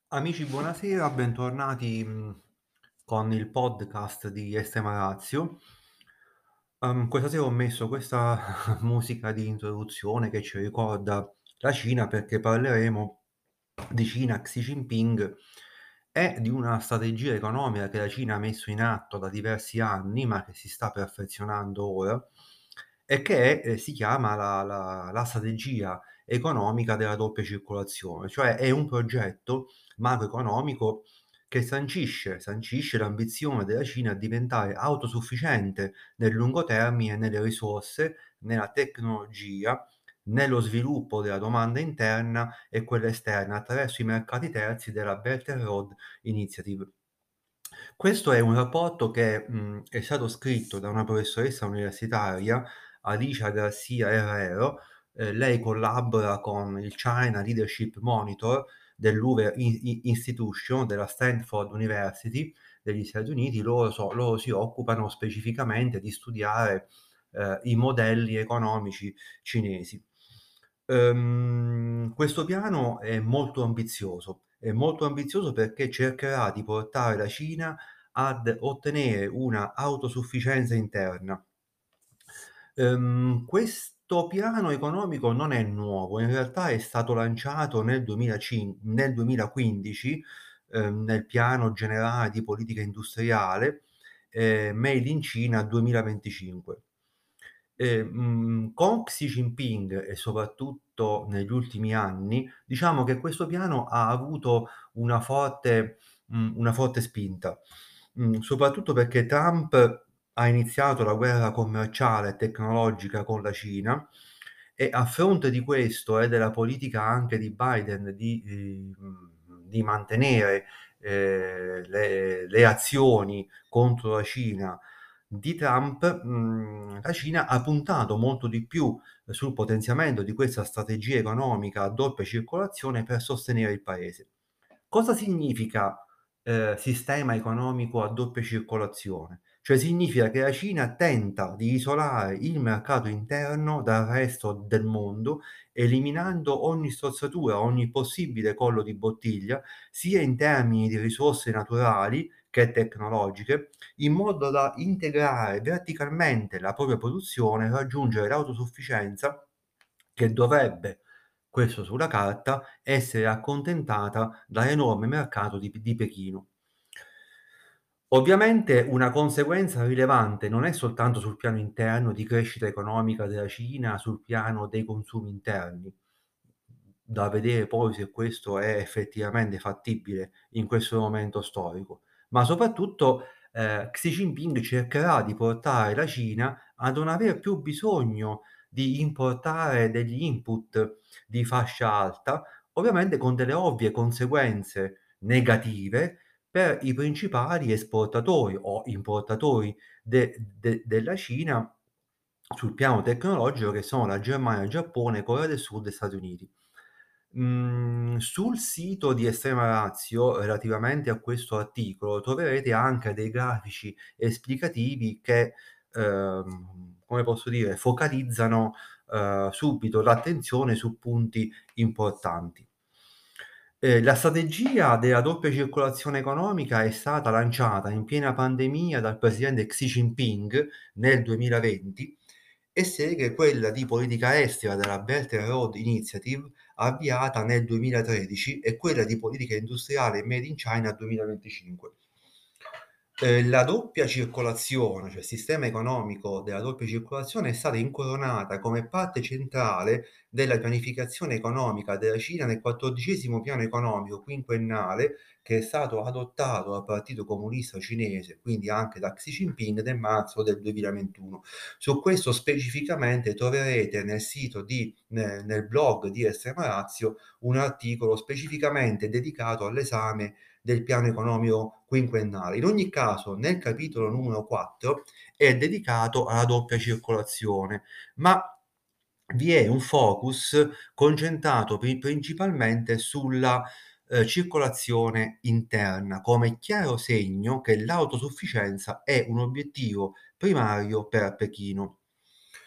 Amici, buonasera, bentornati con il podcast di Estrema Ratio. Questa sera ho messo questa musica di introduzione che ci ricorda la Cina perché parleremo di Cina, Xi Jinping e di una strategia economica che la Cina ha messo in atto da diversi anni, ma che si sta perfezionando ora, e che si chiama la strategia economica della doppia circolazione, cioè è un progetto macroeconomico che sancisce l'ambizione della Cina a diventare autosufficiente nel lungo termine nelle risorse, nella tecnologia, nello sviluppo della domanda interna e quella esterna attraverso i mercati terzi della Belt and Road Initiative. Questo è un rapporto che, è stato scritto da una professoressa universitaria, Alicia Garcia Herrero. Lei collabora con il China Leadership Monitor dell'Hoover Institution della Stanford University degli Stati Uniti. Loro si occupano specificamente di studiare, i modelli economici cinesi. Questo piano è molto ambizioso perché cercherà di portare la Cina ad ottenere una autosufficienza interna. Questo piano economico non è nuovo, in realtà è stato lanciato nel 2015, nel piano generale di politica industriale, Made in Cina 2025. Con Xi Jinping e soprattutto negli ultimi anni, diciamo che questo piano ha avuto una forte spinta, soprattutto perché Trump ha iniziato la guerra commerciale e tecnologica con la Cina e a fronte di questo e della politica anche di Biden di mantenere, le azioni contro la Cina di Trump, la Cina ha puntato molto di più sul potenziamento di questa strategia economica a doppia circolazione per sostenere il paese. Cosa significa, sistema economico a doppia circolazione? Cioè significa che la Cina tenta di isolare il mercato interno dal resto del mondo, eliminando ogni strozzatura, ogni possibile collo di bottiglia, sia in termini di risorse naturali che tecnologiche, in modo da integrare verticalmente la propria produzione e raggiungere l'autosufficienza che dovrebbe, questo sulla carta, essere accontentata dall'enorme mercato di Pechino. Ovviamente una conseguenza rilevante non è soltanto sul piano interno di crescita economica della Cina, sul piano dei consumi interni, da vedere poi se questo è effettivamente fattibile in questo momento storico, ma soprattutto, Xi Jinping cercherà di portare la Cina a non aver più bisogno di importare degli input di fascia alta, ovviamente con delle ovvie conseguenze negative per i principali esportatori o importatori della Cina sul piano tecnologico che sono la Germania, il Giappone, Corea del Sud e Stati Uniti. Sul sito di Estrema Ratio, relativamente a questo articolo, troverete anche dei grafici esplicativi che, come posso dire, focalizzano, subito l'attenzione su punti importanti. La strategia della doppia circolazione economica è stata lanciata in piena pandemia dal presidente Xi Jinping nel 2020 e segue quella di politica estera della Belt and Road Initiative avviata nel 2013 e quella di politica industriale Made in China 2025. La doppia circolazione, cioè il sistema economico della doppia circolazione è stata incoronata come parte centrale della pianificazione economica della Cina nel 14° piano economico quinquennale che è stato adottato dal Partito Comunista Cinese, quindi anche da Xi Jinping nel marzo del 2021. Su questo specificamente troverete nel blog di Estrema Ratio un articolo specificamente dedicato all'esame del piano economico quinquennale. In ogni caso, nel capitolo numero 4 è dedicato alla doppia circolazione, ma vi è un focus concentrato principalmente sulla, circolazione interna, come chiaro segno che l'autosufficienza è un obiettivo primario per Pechino.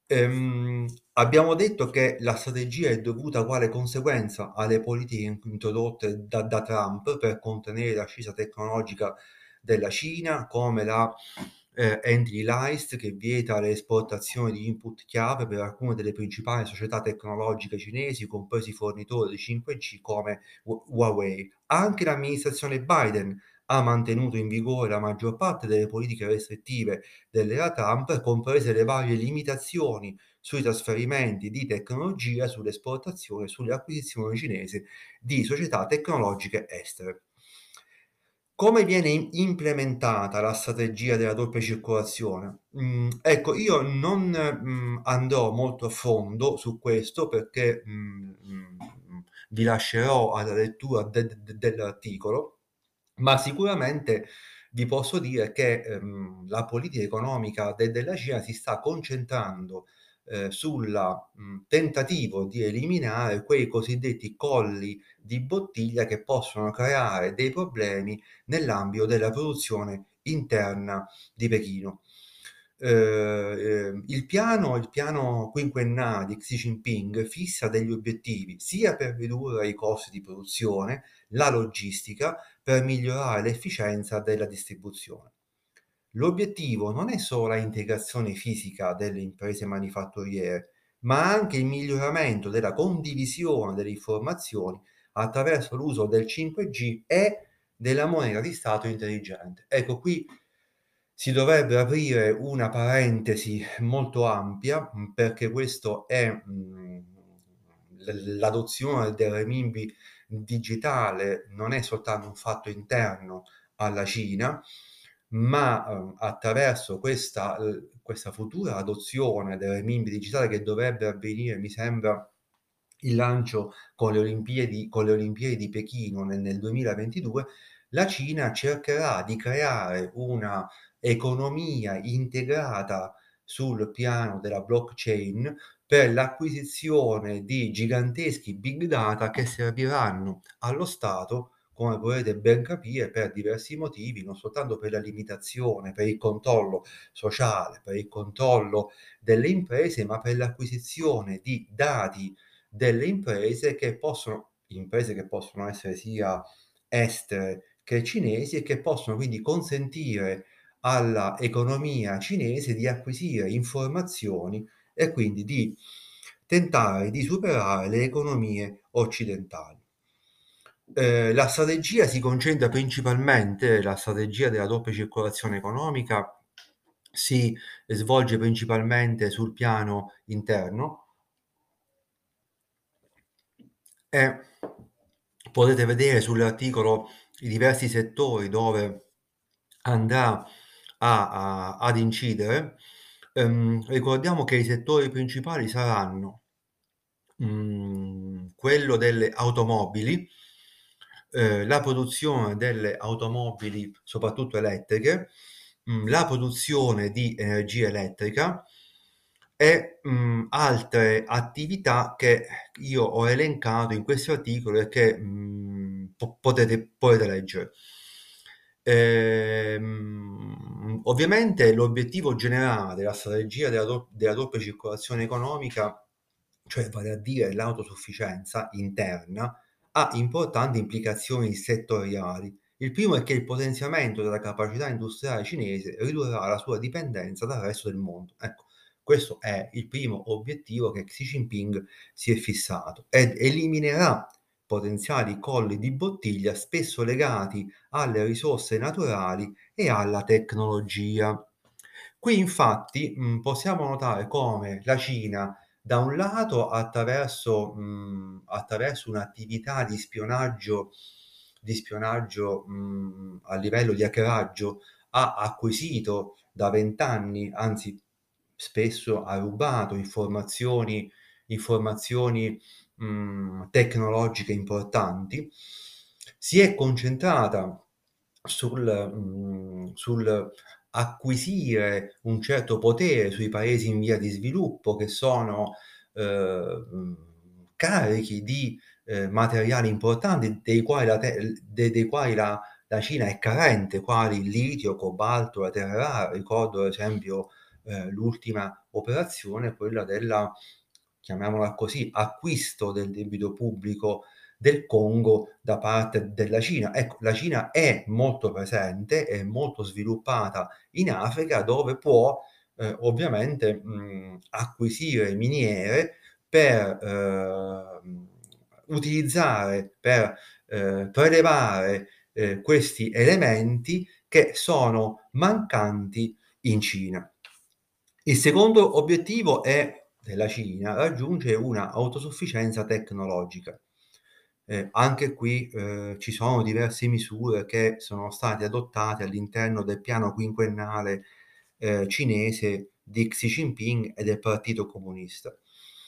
Abbiamo detto che la strategia è dovuta quale conseguenza alle politiche introdotte da Trump per contenere l'ascesa tecnologica della Cina, come la Entry List, che vieta le esportazioni di input chiave per alcune delle principali società tecnologiche cinesi, compresi i fornitori di 5G come Huawei. Anche l'amministrazione Biden ha mantenuto in vigore la maggior parte delle politiche restrittive dell'era Trump, comprese le varie limitazioni sui trasferimenti di tecnologia, sulle esportazioni e sulle acquisizioni cinesi di società tecnologiche estere. Come viene implementata la strategia della doppia circolazione? Ecco, io non andrò molto a fondo su questo perché vi lascerò alla lettura dell'articolo, ma sicuramente vi posso dire che la politica economica della Cina si sta concentrando sul tentativo di eliminare quei cosiddetti colli di bottiglia che possono creare dei problemi nell'ambito della produzione interna di Pechino. Il piano quinquennale di Xi Jinping fissa degli obiettivi sia per ridurre i costi di produzione, la logistica, per migliorare l'efficienza della distribuzione. L'obiettivo non è solo la integrazione fisica delle imprese manifatturiere, ma anche il miglioramento della condivisione delle informazioni attraverso l'uso del 5G e della moneta di Stato intelligente. Ecco, qui si dovrebbe aprire una parentesi molto ampia, perché questo è l'adozione del renminbi digitale non è soltanto un fatto interno alla Cina, ma attraverso questa futura adozione del renminbi digitale, che dovrebbe avvenire, mi sembra, il lancio con le Olimpiadi di Pechino nel 2022, la Cina cercherà di creare una economia integrata sul piano della blockchain per l'acquisizione di giganteschi big data che serviranno allo Stato, come potete ben capire, per diversi motivi, non soltanto per la limitazione, per il controllo sociale, per il controllo delle imprese, ma per l'acquisizione di dati delle imprese che possono essere sia estere che cinesi, e che possono quindi consentire alla economia cinese di acquisire informazioni e quindi di tentare di superare le economie occidentali. La strategia si concentra principalmente, la strategia della doppia circolazione economica si svolge principalmente sul piano interno, e potete vedere sull'articolo i diversi settori dove andrà ad incidere. Ricordiamo che i settori principali saranno quello delle automobili, la produzione delle automobili soprattutto elettriche, la produzione di energia elettrica e altre attività che io ho elencato in questo articolo e che potete leggere. Ovviamente l'obiettivo generale della strategia della doppia circolazione economica, cioè vale a dire l'autosufficienza interna, ha importanti implicazioni settoriali. Il primo è che il potenziamento della capacità industriale cinese ridurrà la sua dipendenza dal resto del mondo. Ecco, questo è il primo obiettivo che Xi Jinping si è fissato, ed eliminerà potenziali colli di bottiglia spesso legati alle risorse naturali e alla tecnologia. Qui infatti possiamo notare come la Cina, da un lato, attraverso un'attività di spionaggio a livello di hackeraggio, ha acquisito da 20 anni, anzi spesso ha rubato informazioni tecnologiche importanti, si è concentrata sul acquisire un certo potere sui paesi in via di sviluppo, che sono carichi di materiali importanti dei quali la Cina è carente, quali il litio, cobalto, la terra rara. Ricordo ad esempio l'ultima operazione, quella della, chiamiamola così, acquisto del debito pubblico del Congo da parte della Cina. Ecco, la Cina è molto presente, è molto sviluppata in Africa, dove può, ovviamente, acquisire miniere per, utilizzare, per, prelevare, questi elementi che sono mancanti in Cina. Il secondo obiettivo è della Cina raggiungere una autosufficienza tecnologica. Anche qui, ci sono diverse misure che sono state adottate all'interno del piano quinquennale, cinese di Xi Jinping e del Partito Comunista.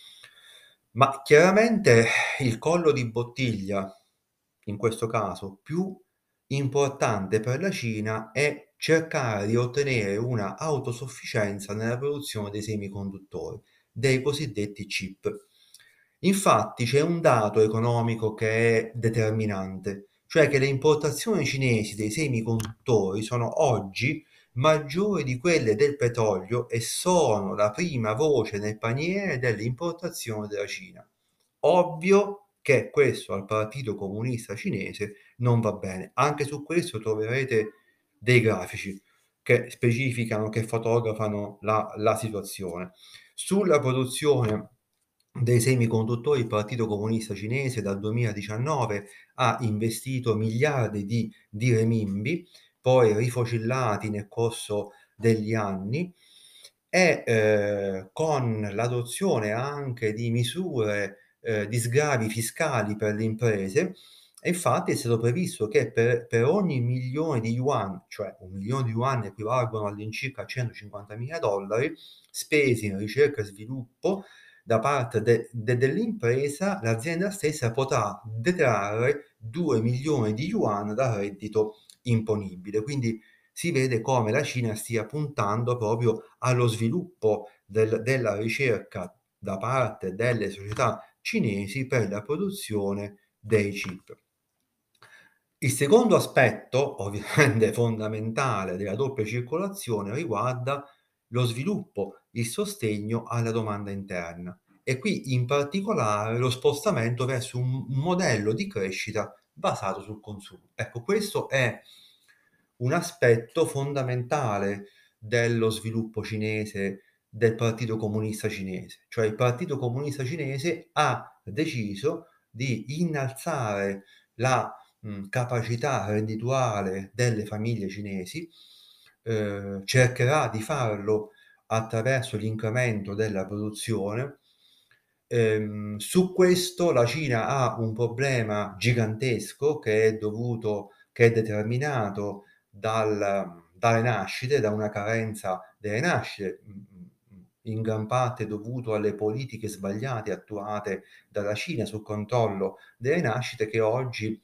Ma chiaramente il collo di bottiglia, in questo caso più importante per la Cina, è cercare di ottenere una autosufficienza nella produzione dei semiconduttori, dei cosiddetti chip. Infatti c'è un dato economico che è determinante, cioè che le importazioni cinesi dei semiconduttori sono oggi maggiori di quelle del petrolio e sono la prima voce nel paniere delle importazioni della Cina. Ovvio che questo al Partito Comunista Cinese non va bene. Anche su questo troverete dei grafici che specificano, che fotografano la situazione. Sulla produzione dei semiconduttori, il Partito Comunista Cinese dal 2019 ha investito miliardi di renminbi, poi rifocillati nel corso degli anni, e con l'adozione anche di misure di sgravi fiscali per le imprese. E infatti è stato previsto che per ogni milione di yuan, cioè 1.000.000 di yuan equivalgono all'incirca $150.000, spesi in ricerca e sviluppo da parte dell'impresa, l'azienda stessa potrà detrarre 2.000.000 di yuan dal reddito imponibile. Quindi si vede come la Cina stia puntando proprio allo sviluppo della ricerca da parte delle società cinesi per la produzione dei chip. Il secondo aspetto, ovviamente fondamentale, della doppia circolazione riguarda lo sviluppo, il sostegno alla domanda interna e qui in particolare lo spostamento verso un modello di crescita basato sul consumo. Ecco, questo è un aspetto fondamentale dello sviluppo cinese, del Partito Comunista Cinese. Cioè il Partito Comunista Cinese ha deciso di innalzare la capacità reddituale delle famiglie cinesi, cercherà di farlo attraverso l'incremento della produzione. Su questo la Cina ha un problema gigantesco che è determinato dalle nascite, da una carenza delle nascite, in gran parte dovuto alle politiche sbagliate attuate dalla Cina sul controllo delle nascite, che oggi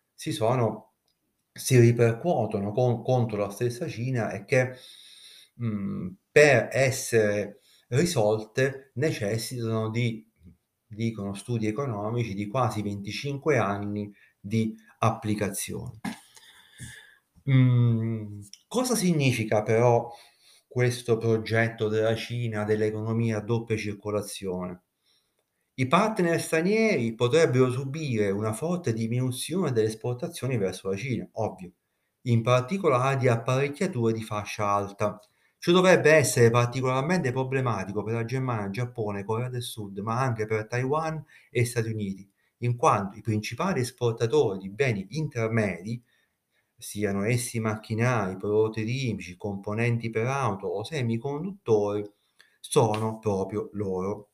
si ripercuotono contro la stessa Cina e che, per essere risolte necessitano di, dicono studi economici, di quasi 25 anni di applicazione. Cosa significa però questo progetto della Cina dell'economia a doppia circolazione? I partner stranieri potrebbero subire una forte diminuzione delle esportazioni verso la Cina, ovvio, in particolare di apparecchiature di fascia alta. Ciò dovrebbe essere particolarmente problematico per la Germania, Giappone, Corea del Sud, ma anche per Taiwan e Stati Uniti, in quanto i principali esportatori di beni intermedi, siano essi macchinari, prodotti chimici, componenti per auto o semiconduttori, sono proprio loro.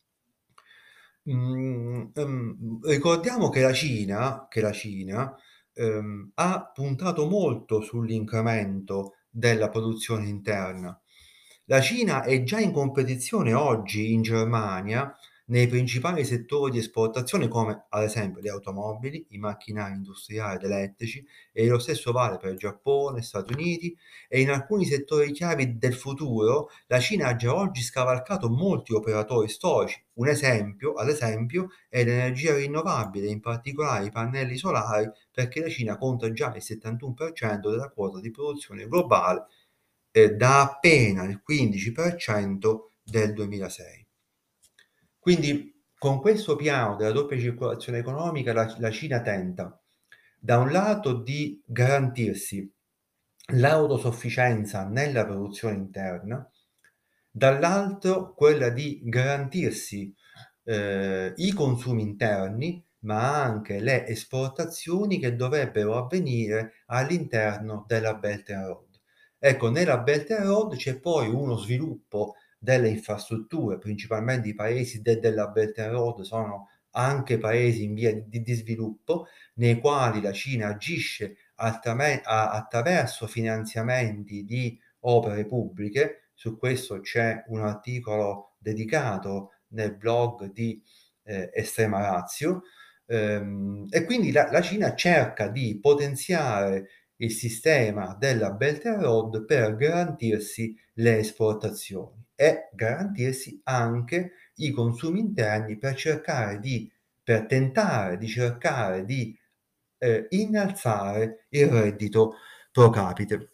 Ricordiamo che la Cina, ha puntato molto sull'incremento della produzione interna. La Cina è già in competizione oggi in Germania nei principali settori di esportazione come ad esempio le automobili, i macchinari industriali ed elettrici, e lo stesso vale per Giappone, Stati Uniti, e in alcuni settori chiavi del futuro la Cina ha già oggi scavalcato molti operatori storici. Un esempio, ad esempio, è l'energia rinnovabile, in particolare i pannelli solari, perché la Cina conta già il 71% della quota di produzione globale da appena il 15% del 2006. Quindi con questo piano della doppia circolazione economica la Cina tenta da un lato di garantirsi l'autosufficienza nella produzione interna, dall'altro quella di garantirsi i consumi interni, ma anche le esportazioni che dovrebbero avvenire all'interno della Belt and Road. Ecco, nella Belt and Road c'è poi uno sviluppo delle infrastrutture, principalmente i paesi della Belt and Road sono anche paesi in via di sviluppo, nei quali la Cina agisce attraverso finanziamenti di opere pubbliche. Su questo c'è un articolo dedicato nel blog di Estrema Ratio, e quindi la Cina cerca di potenziare il sistema della Belt and Road per garantirsi le esportazioni e garantirsi anche i consumi interni per tentare di cercare di innalzare il reddito pro capite.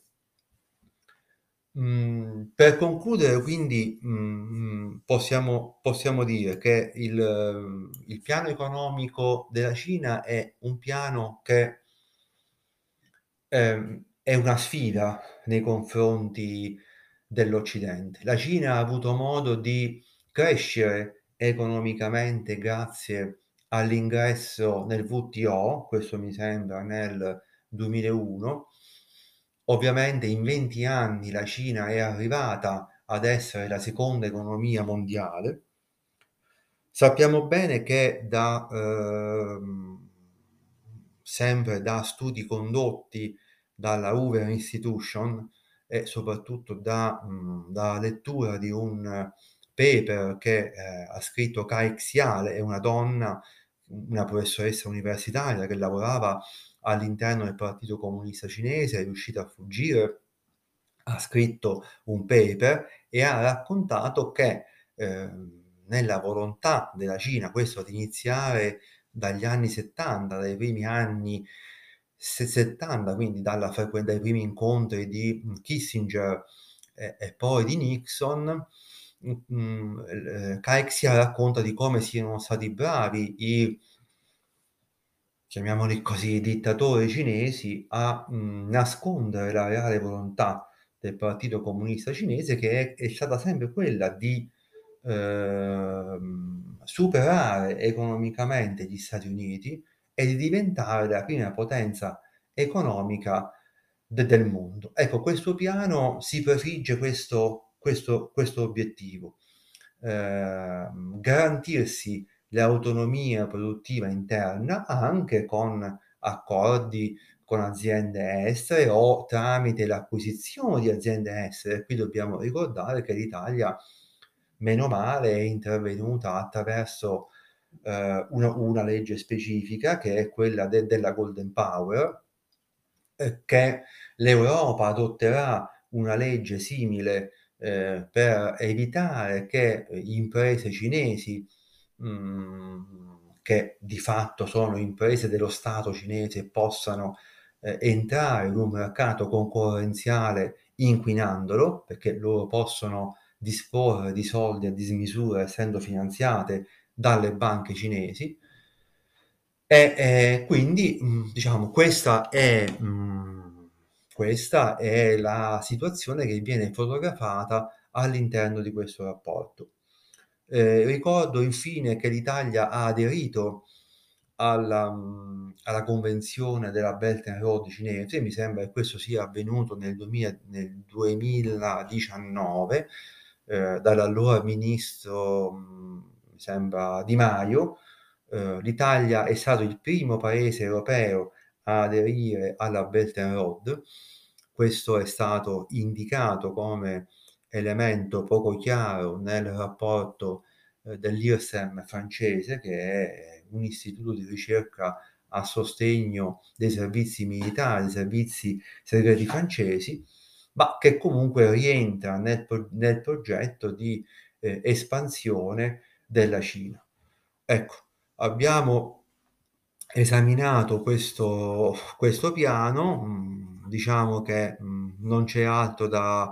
Per concludere quindi, possiamo dire che il piano economico della Cina è un piano che è una sfida nei confronti dell'Occidente. La Cina ha avuto modo di crescere economicamente grazie all'ingresso nel WTO, questo mi sembra nel 2001. Ovviamente in 20 anni la Cina è arrivata ad essere la seconda economia mondiale. Sappiamo bene che sempre da studi condotti dalla Hoover Institution e soprattutto dalla lettura di un paper che ha scritto Kai Xiale, è una donna, una professoressa universitaria che lavorava all'interno del Partito Comunista Cinese, è riuscita a fuggire, ha scritto un paper e ha raccontato che nella volontà della Cina, questo ad iniziare dagli anni '70, dai primi anni '70, quindi dai primi incontri di Kissinger e poi di Nixon, Caixia racconta di come siano stati bravi i, chiamiamoli così, dittatori cinesi a nascondere la reale volontà del Partito Comunista Cinese, che è stata sempre quella di superare economicamente gli Stati Uniti e di diventare la prima potenza economica del mondo. Ecco, questo piano si prefigge questo obiettivo, garantirsi l'autonomia produttiva interna anche con accordi con aziende estere o tramite l'acquisizione di aziende estere. Qui dobbiamo ricordare che l'Italia, meno male, è intervenuta attraverso una legge specifica che è quella della Golden Power, che l'Europa adotterà una legge simile per evitare che imprese cinesi, che di fatto sono imprese dello Stato cinese, possano entrare in un mercato concorrenziale inquinandolo, perché loro possono disporre di soldi a dismisura essendo finanziate dalle banche cinesi. Quindi, diciamo questa è la situazione che viene fotografata all'interno di questo rapporto. Ricordo infine che l'Italia ha aderito alla convenzione della Belt and Road cinese, mi sembra che questo sia avvenuto nel 2019, dall'allora ministro, mi sembra Di Maio. L'Italia è stato il primo paese europeo a aderire alla Belt and Road. Questo è stato indicato come elemento poco chiaro nel rapporto dell'IRSEM francese, che è un istituto di ricerca a sostegno dei servizi militari, dei servizi segreti francesi, ma che comunque rientra nel progetto di espansione della Cina. Ecco, abbiamo esaminato questo piano, diciamo che, non c'è altro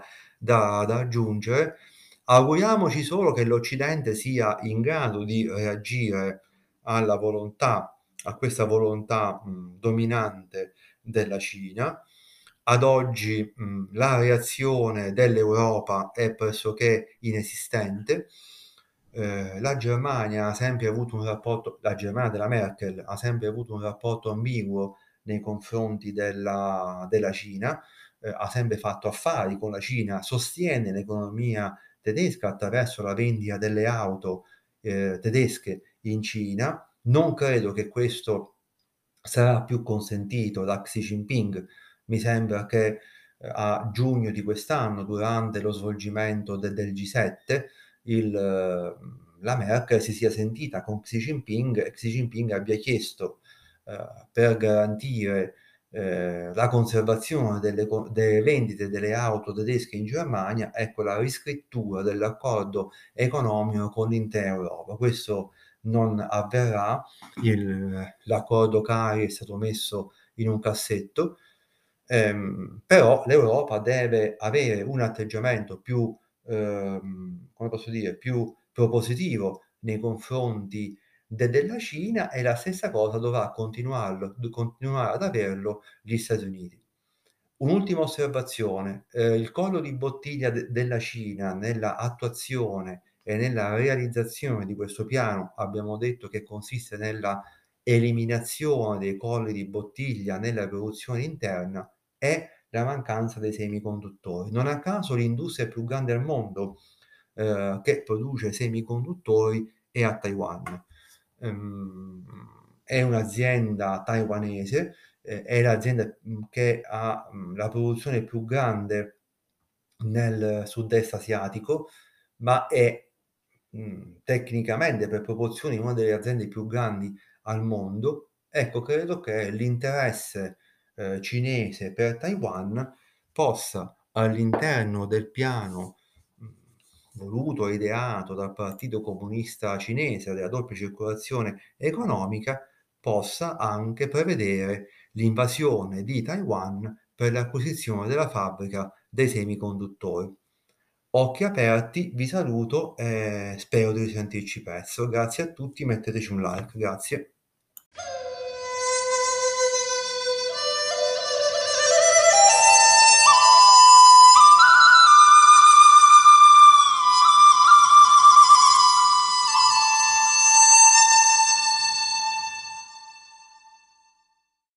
da aggiungere. Auguriamoci solo che l'Occidente sia in grado di reagire alla volontà a questa volontà, dominante della Cina. Ad oggi, la reazione dell'Europa è pressoché inesistente. La Germania ha sempre avuto un rapporto la Germania della Merkel ha sempre avuto un rapporto ambiguo nei confronti della Cina, ha sempre fatto affari con la Cina, sostiene l'economia tedesca attraverso la vendita delle auto, tedesche in Cina. Non credo che questo sarà più consentito da Xi Jinping. Mi sembra che, a giugno di quest'anno, durante lo svolgimento del G7, la Merkel si sia sentita con Xi Jinping e Xi Jinping abbia chiesto, per garantire, la conservazione delle vendite delle auto tedesche in Germania, ecco, la riscrittura dell'accordo economico con l'intera Europa. Questo non avverrà, l'accordo CARI è stato messo in un cassetto, però l'Europa deve avere un atteggiamento più, come posso dire, più propositivo nei confronti della Cina, e la stessa cosa dovrà continuare ad averlo gli Stati Uniti. Un'ultima osservazione: il collo di bottiglia della Cina nella attuazione e nella realizzazione di questo piano, abbiamo detto che consiste nella eliminazione dei colli di bottiglia nella produzione interna, è la mancanza dei semiconduttori. Non a caso l'industria più grande al mondo, che produce semiconduttori è a Taiwan. Ehm, è un'azienda taiwanese, è l'azienda, che ha, la produzione più grande nel sud-est asiatico, ma è, tecnicamente per proporzioni una delle aziende più grandi al mondo. Ecco, credo che l'interesse, cinese per Taiwan possa, all'interno del piano, mhmm, voluto e ideato dal Partito Comunista Cinese della doppia circolazione economica, possa anche prevedere l'invasione di Taiwan per l'acquisizione della fabbrica dei semiconduttori. Occhi aperti, vi saluto e spero di risentirci presto. Grazie a tutti, metteteci un like, grazie.